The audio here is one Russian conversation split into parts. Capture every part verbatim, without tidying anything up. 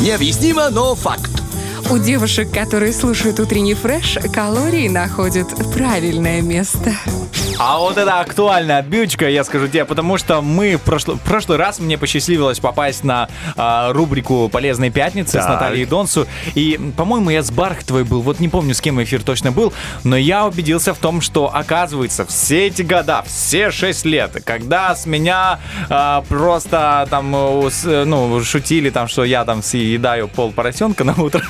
Необъяснимо, но факт. У девушек, которые слушают утренний фреш, калории находят правильное место. А вот это актуальная отбивочка, я скажу тебе, потому что мы в прошлый, в прошлый раз мне посчастливилось попасть на а, рубрику «Полезные пятницы» так. с Натальей Донцу. И, по-моему, я с Бархатовой был, вот не помню, с кем эфир точно был, но я убедился в том, что, оказывается, все эти года, все шесть лет, когда с меня а, просто там, ну, шутили, там, что я там съедаю пол поросенка на утро.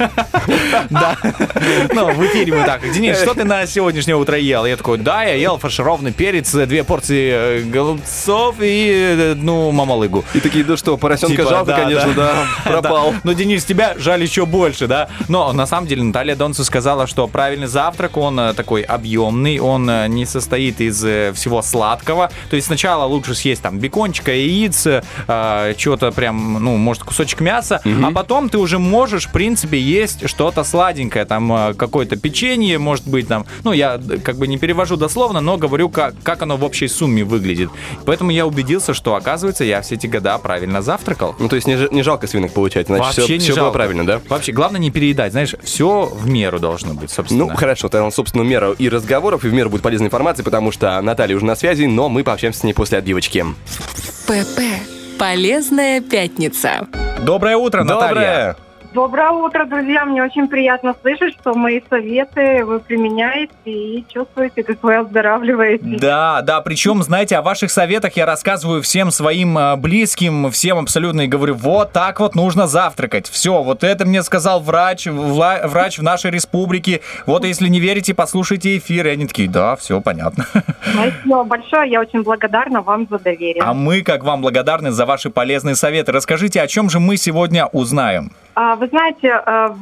Да. Ну, в эфире мы так: Денис, что ты на сегодняшнее утро ел? Я такой: да, я ел фаршированный перец, две порции голубцов и, ну, мамалыгу. И такие: ну что, поросенка типа, жалко, да, конечно, да, да пропал. Да. Но, Денис, тебя жаль еще больше, да? Но на самом деле Наталья Донцу сказала, что правильный завтрак, он такой объемный, он не состоит из всего сладкого. То есть сначала лучше съесть там бекончика, яиц, э, чего-то прям, ну, может, кусочек мяса, угу. а потом ты уже можешь, в принципе, есть что-то сладенькое, там какое-то печенье, может быть, там, ну, я как бы не перевожу дословно, но говорю, как, как оно в общей сумме выглядит. Поэтому я убедился, что, оказывается, я все эти года правильно завтракал. Ну, то есть не, не жалко свинок получать, значит, вообще все, не все жалко. было правильно, да? Вообще, главное не переедать, знаешь, все в меру должно быть, собственно. Ну, хорошо, тогда, собственно, меру и разговоров, и в меру будет полезной информации, потому что Наталья уже на связи, но мы пообщаемся с ней после отбивочки. ПП. Полезная пятница. Доброе утро, Наталья. Доброе. Доброе утро, друзья. Мне очень приятно слышать, что мои советы вы применяете и чувствуете, как вы оздоравливаете. Да, да, причем, знаете, о ваших советах я рассказываю всем своим близким, всем абсолютно, и говорю: вот так вот нужно завтракать. Все, вот это мне сказал врач, вла- врач в нашей республике. Вот если не верите, послушайте эфир. И они такие: да, все понятно. Спасибо большое, я очень благодарна вам за доверие. А мы, как вам, благодарны за ваши полезные советы. Расскажите, о чем же мы сегодня узнаем? Вы знаете,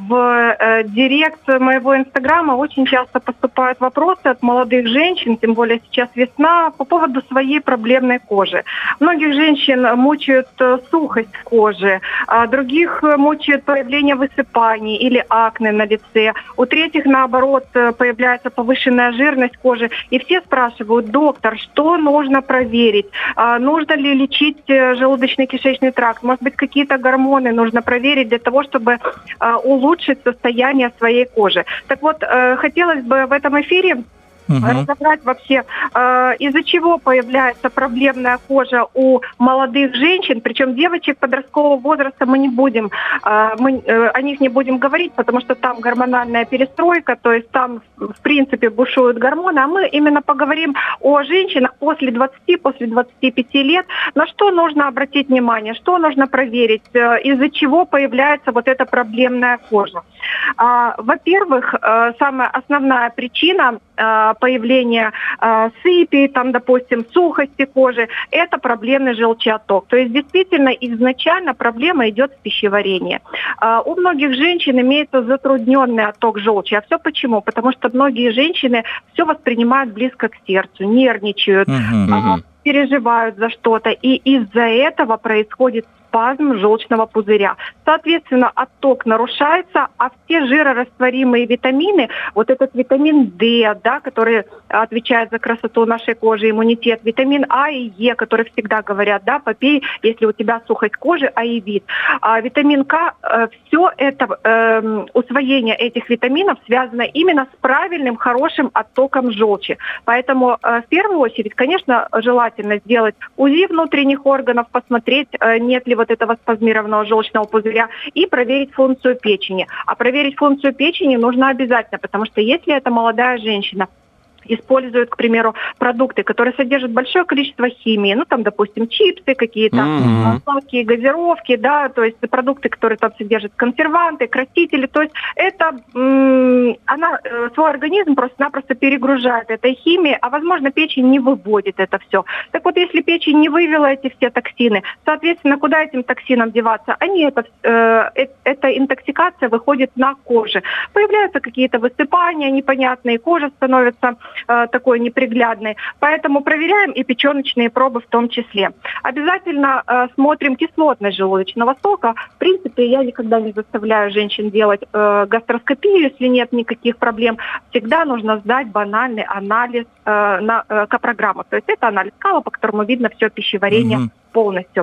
в директ моего инстаграма очень часто поступают вопросы от молодых женщин, тем более сейчас весна, по поводу своей проблемной кожи. Многих женщин мучают сухость кожи, а других мучает появление высыпаний или акне на лице. У третьих, наоборот, появляется повышенная жирность кожи. И все спрашивают: доктор, что нужно проверить? Нужно ли лечить желудочно-кишечный тракт? Может быть, какие-то гормоны нужно проверить для того, чтобы э, улучшить состояние своей кожи. Так вот, э, хотелось бы в этом эфире Uh-huh. разобрать вообще, э, из-за чего появляется проблемная кожа у молодых женщин, причем девочек подросткового возраста мы не будем, э, мы э, о них не будем говорить, потому что там гормональная перестройка, то есть там в принципе бушуют гормоны, а мы именно поговорим о женщинах после двадцати, после двадцати пяти лет, на что нужно обратить внимание, что нужно проверить, э, из-за чего появляется вот эта проблемная кожа. Э, во-первых, э, самая основная причина э, появления э, сыпи, там, допустим, сухости кожи, это проблемный желчеотток. То есть действительно изначально проблема идет в пищеварении. Э, у многих женщин имеется затрудненный отток желчи. А все почему? Потому что многие женщины все воспринимают близко к сердцу, нервничают, uh-huh. э, переживают за что-то. И из-за этого происходит спазм желчного пузыря. Соответственно, отток нарушается, а все жирорастворимые витамины, вот этот витамин D, да, который отвечает за красоту нашей кожи, иммунитет, витамин А и Е, которые всегда говорят, да, попей, если у тебя сухость кожи, аевит. А витамин К, э, все это, э, усвоение этих витаминов связано именно с правильным, хорошим оттоком желчи. Поэтому э, в первую очередь, конечно, желательно сделать УЗИ внутренних органов, посмотреть, э, нет ли вот этого спазмированного желчного пузыря и проверить функцию печени. А проверить функцию печени нужно обязательно, потому что если это молодая женщина, используют, к примеру, продукты, которые содержат большое количество химии, ну, там, допустим, чипсы какие-то, mm-hmm. сладкие газировки, да, то есть продукты, которые там содержат консерванты, красители, то есть это, м- она э, свой организм просто-напросто перегружает этой химией, а, возможно, печень не выводит это все. Так вот, если печень не вывела эти все токсины, соответственно, куда этим токсинам деваться? Они, это, э, э, эта интоксикация выходит на коже. Появляются какие-то высыпания непонятные, кожа становится э, такой неприглядный. Поэтому проверяем и печеночные пробы в том числе. Обязательно э, смотрим кислотность желудочного сока. В принципе, я никогда не заставляю женщин делать э, гастроскопию, если нет никаких проблем. Всегда нужно сдать банальный анализ э, на э, капрограмму. То есть это анализ кала, по которому видно все пищеварение mm-hmm. полностью.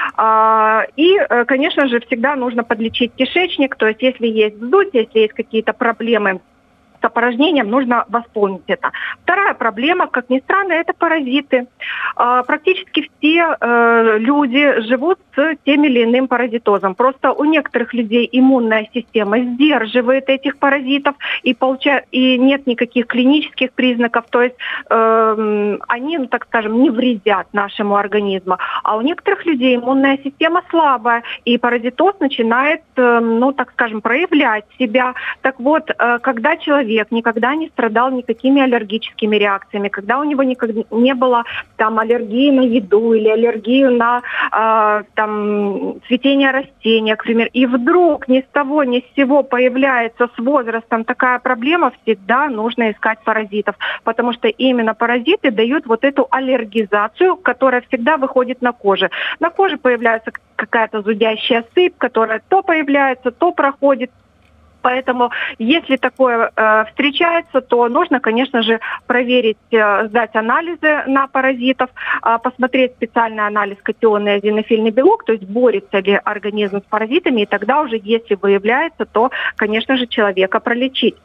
А, и, конечно же, всегда нужно подлечить кишечник. То есть если есть вздутие, если есть какие-то проблемы с опорожнением, нужно восполнить это. Вторая проблема, как ни странно, это паразиты. А, практически все э, люди живут с тем или иным паразитозом. Просто у некоторых людей иммунная система сдерживает этих паразитов, и, получа... и нет никаких клинических признаков. То есть э, они, ну, так скажем, не вредят нашему организму. А у некоторых людей иммунная система слабая, и паразитоз начинает, э, ну, так скажем, проявлять себя. Так вот, э, когда человек никогда не страдал никакими аллергическими реакциями, когда у него никогда не было там аллергии на еду или аллергию на э, там, цветение растения, к примеру, и вдруг ни с того ни с сего появляется с возрастом такая проблема, всегда нужно искать паразитов, потому что именно паразиты дают вот эту аллергизацию, которая всегда выходит на коже. На коже появляется какая-то зудящая сыпь, которая то появляется, то проходит. Поэтому, если такое э, встречается, то нужно, конечно же, проверить, э, сдать анализы на паразитов, э, посмотреть специальный анализ катионный азинофильный белок, то есть борется ли организм с паразитами, и тогда уже, если выявляется, то, конечно же, человека пролечить.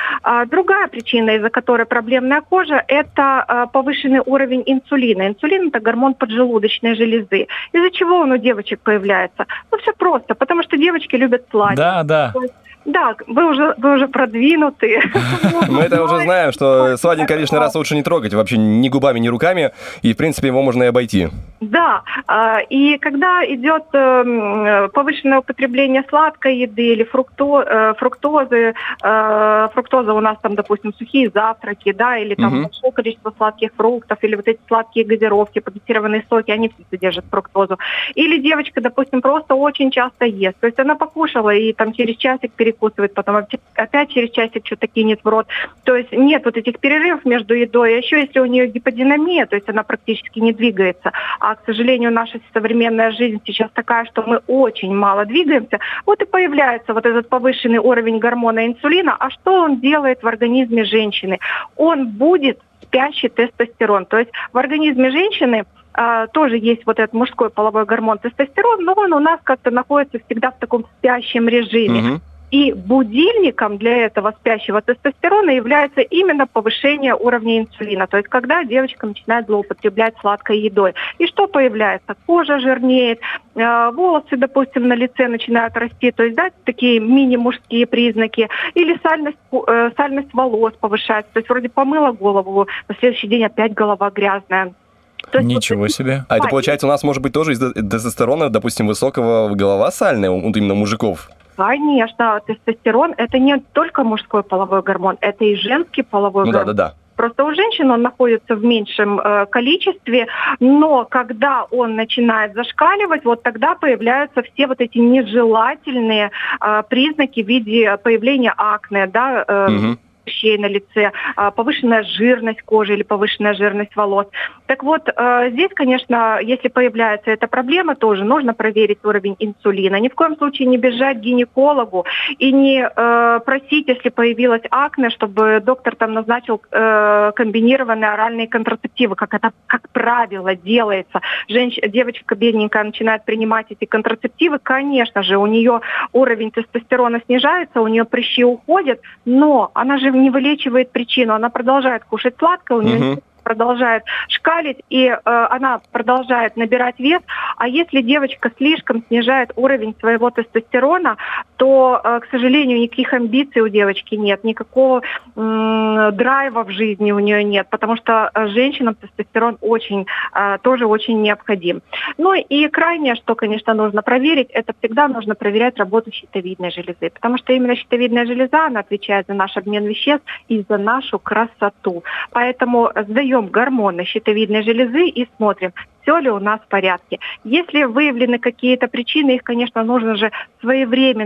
А другая причина, из-за которой проблемная кожа, это э, повышенный уровень инсулина. Инсулин – это гормон поджелудочной железы. Из-за чего он у девочек появляется? Ну, все просто, потому что девочки любят сладкое. Да, да. Да, вы уже, вы уже продвинутые. Мы это уже знаем, что сладенькое лишний раз лучше не трогать, вообще ни губами, ни руками, и, в принципе, его можно и обойти. Да, и когда идет повышенное употребление сладкой еды или фрукто, фруктозы, фруктоза у нас там, допустим, сухие завтраки, да, или там угу. большое количество сладких фруктов, или вот эти сладкие газировки, пакетированные соки, они все содержат фруктозу. Или девочка, допустим, просто очень часто ест, то есть она покушала и там через часик перекусывает, потом опять через часик что-то кинет в рот. То есть нет вот этих перерывов между едой, а еще если у нее гиподинамия, то есть она практически не двигается, а, к сожалению, наша современная жизнь сейчас такая, что мы очень мало двигаемся, вот и появляется вот этот повышенный уровень гормона инсулина. А что он делает в организме женщины? Он будет спящий тестостерон. То есть в организме женщины а, тоже есть вот этот мужской половой гормон тестостерон, но он у нас как-то находится всегда в таком спящем режиме. Угу. И будильником для этого спящего тестостерона является именно повышение уровня инсулина. То есть когда девочка начинает злоупотреблять сладкой едой. И что появляется? Кожа жирнеет, волосы, допустим, на лице начинают расти. То есть, да, такие мини-мужские признаки. Или сальность, сальность волос повышается. То есть вроде помыла голову, на следующий день опять голова грязная. То есть Ничего вот, себе. А это, получается, у нас может быть тоже из-за тестостерона, допустим, высокого голова сальная, вот именно мужиков? Конечно, тестостерон – это не только мужской половой гормон, это и женский половой ну, гормон. Да, да, да. Просто у женщин он находится в меньшем э, количестве, но когда он начинает зашкаливать, вот тогда появляются все вот эти нежелательные э, признаки в виде появления акне, да, э, угу. на лице, повышенная жирность кожи или повышенная жирность волос. Так вот, здесь, конечно, если появляется эта проблема, тоже нужно проверить уровень инсулина. Ни в коем случае не бежать к гинекологу и не просить, если появилась акне, чтобы доктор там назначил комбинированные оральные контрацептивы, как это, как правило, делается. Женщ... Девочка бедненькая начинает принимать эти контрацептивы, конечно же, у нее уровень тестостерона снижается, у нее прыщи уходят, но она же не вылечивает причину, она продолжает кушать сладкое, у нее uh-huh. продолжает шкалить, и э, она продолжает набирать вес. А если девочка слишком снижает уровень своего тестостерона, то, э, к сожалению, никаких амбиций у девочки нет, никакого э, драйва в жизни у нее нет, потому что женщинам тестостерон очень, э, тоже очень необходим. Ну и крайнее, что, конечно, нужно проверить, это всегда нужно проверять работу щитовидной железы, потому что именно щитовидная железа, она отвечает за наш обмен веществ и за нашу красоту. Поэтому сдаем гормоны щитовидной железы и смотрим, все ли у нас в порядке. Если выявлены какие-то причины, их, конечно, нужно же своевременно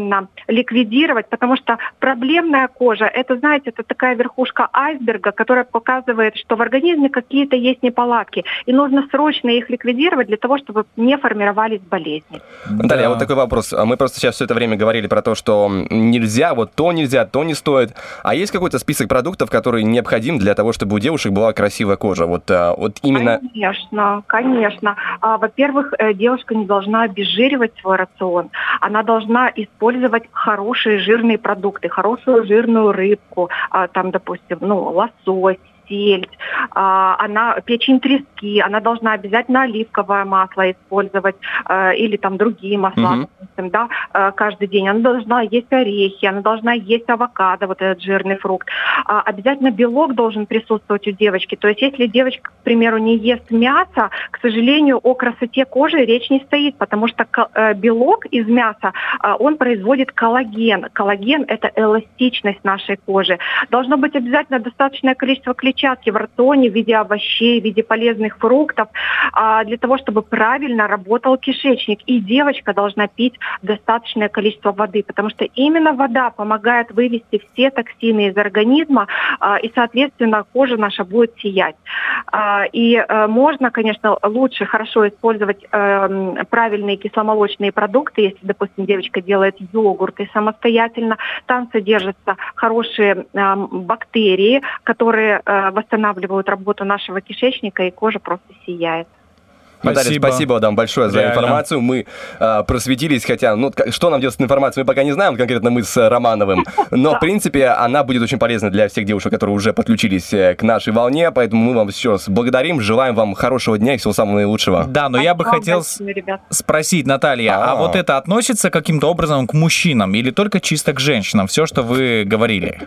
ликвидировать, потому что проблемная кожа, это, знаете, это такая верхушка айсберга, которая показывает, что в организме какие-то есть неполадки, и нужно срочно их ликвидировать для того, чтобы не формировались болезни. Наталья, Да. вот такой вопрос. Мы просто сейчас все это время говорили про то, что нельзя, вот то нельзя, то не стоит. А есть какой-то список продуктов, который необходим для того, чтобы у девушек была красивая кожа? Вот, вот именно... Конечно, конечно. А, во-первых, э, девушка не должна обезжиривать свой рацион. Она должна использовать хорошие жирные продукты, хорошую жирную рыбку, а, там, допустим, ну, лосось, сельдь, а, она, печень трески, она должна обязательно оливковое масло использовать а, или там другие масла, Мгм. допустим, да, а, каждый день. Она должна есть орехи, она должна есть авокадо, вот этот жирный фрукт. А, обязательно белок должен присутствовать у девочки. То есть если девочка, к примеру, не ест мясо, к сожалению, о красоте кожи речь не стоит, потому что ко- э, белок из мяса, а, он производит коллаген. Коллаген – это эластичность нашей кожи. Должно быть обязательно достаточное количество клетчатки в рационе в виде овощей, в виде полезных фруктов, а, для того, чтобы правильно работал кишечник. И девочка должна пить достаточное количество воды, потому что именно вода помогает вывести все токсины из организма, а, и, соответственно, кожа наша будет сиять. А, и а, можно, конечно, лучше хорошо использовать а, правильные кисломолочные продукты, если, допустим, девочка делает йогурты самостоятельно. Там содержатся хорошие а, бактерии, которые а, восстанавливают работу нашего кишечника, и кожа просто сияет. Наталья, Спасибо. спасибо вам большое за Реально. информацию. Мы э, просветились, хотя, ну, к- что нам делать с информацией, мы пока не знаем, конкретно мы с Романовым. Но, в принципе, она будет очень полезна для всех девушек, которые уже подключились э, к нашей волне. Поэтому мы вам еще раз благодарим, желаем вам хорошего дня и всего самого наилучшего. Да, но я бы Спасибо хотел вам с- большое, ребят. спросить, Наталья, а А. вот это относится каким-то образом к мужчинам или только чисто к женщинам? Все, что вы говорили.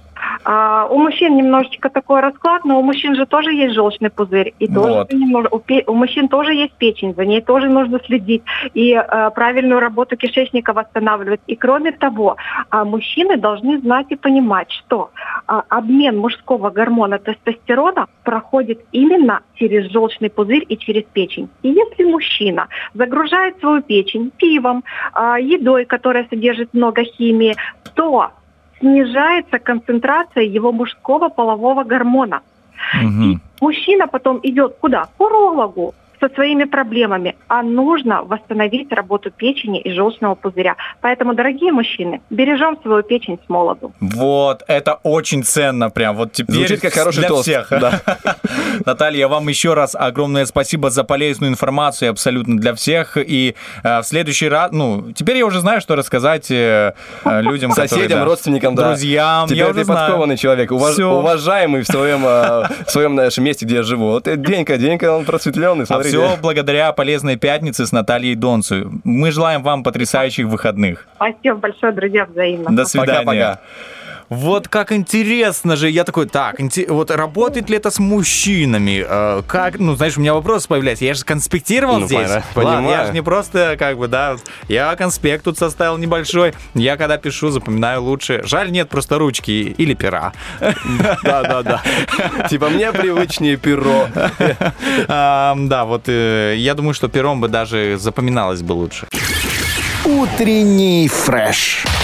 А, у мужчин немножечко такой расклад, но у мужчин же тоже есть желчный пузырь, и тоже Вот. немного- у, пе- у мужчин тоже есть печень, за ней тоже нужно следить и а, правильную работу кишечника восстанавливать. И кроме того, а, мужчины должны знать и понимать, что а, обмен мужского гормона тестостерона проходит именно через желчный пузырь и через печень. И если мужчина загружает свою печень пивом, а, едой, которая содержит много химии, то снижается концентрация его мужского полового гормона. Мгм. Мужчина потом идет куда? К урологу со своими проблемами, а нужно восстановить работу печени и желчного пузыря. Поэтому, дорогие мужчины, бережем свою печень с молоду. Вот, это очень ценно прям. Вот теперь Звучит как хороший для тост, всех. да. Наталья, вам еще раз огромное спасибо за полезную информацию абсолютно для всех. И э, в следующий раз, ну, теперь я уже знаю, что рассказать э, э, людям, которые, Соседям, да, родственникам, да. друзьям. Теперь я ты уже знаю. подкованный человек, уваж- Всё. уважаемый в своем, э, в своем нашем месте, где я живу. Вот это Денька, Денька, он просветленный, А смотрите. все благодаря полезной пятнице с Натальей Донцу. Мы желаем вам потрясающих выходных. Спасибо большое, друзья, взаимно. До свидания. Пока-пока. Вот как интересно же, я такой, так, инте- вот работает ли это с мужчинами? Э, как, ну, знаешь, у меня вопрос появляется, я же конспектировал Ну, здесь. понятно. Ладно, Понимаю. я же не просто, как бы, да, я конспект тут составил небольшой, я когда пишу, запоминаю лучше. Жаль, нет просто ручки или пера. Да-да-да. Типа мне привычнее перо. А, Да, вот э, я думаю, что пером бы даже запоминалось бы лучше. Утренний фреш.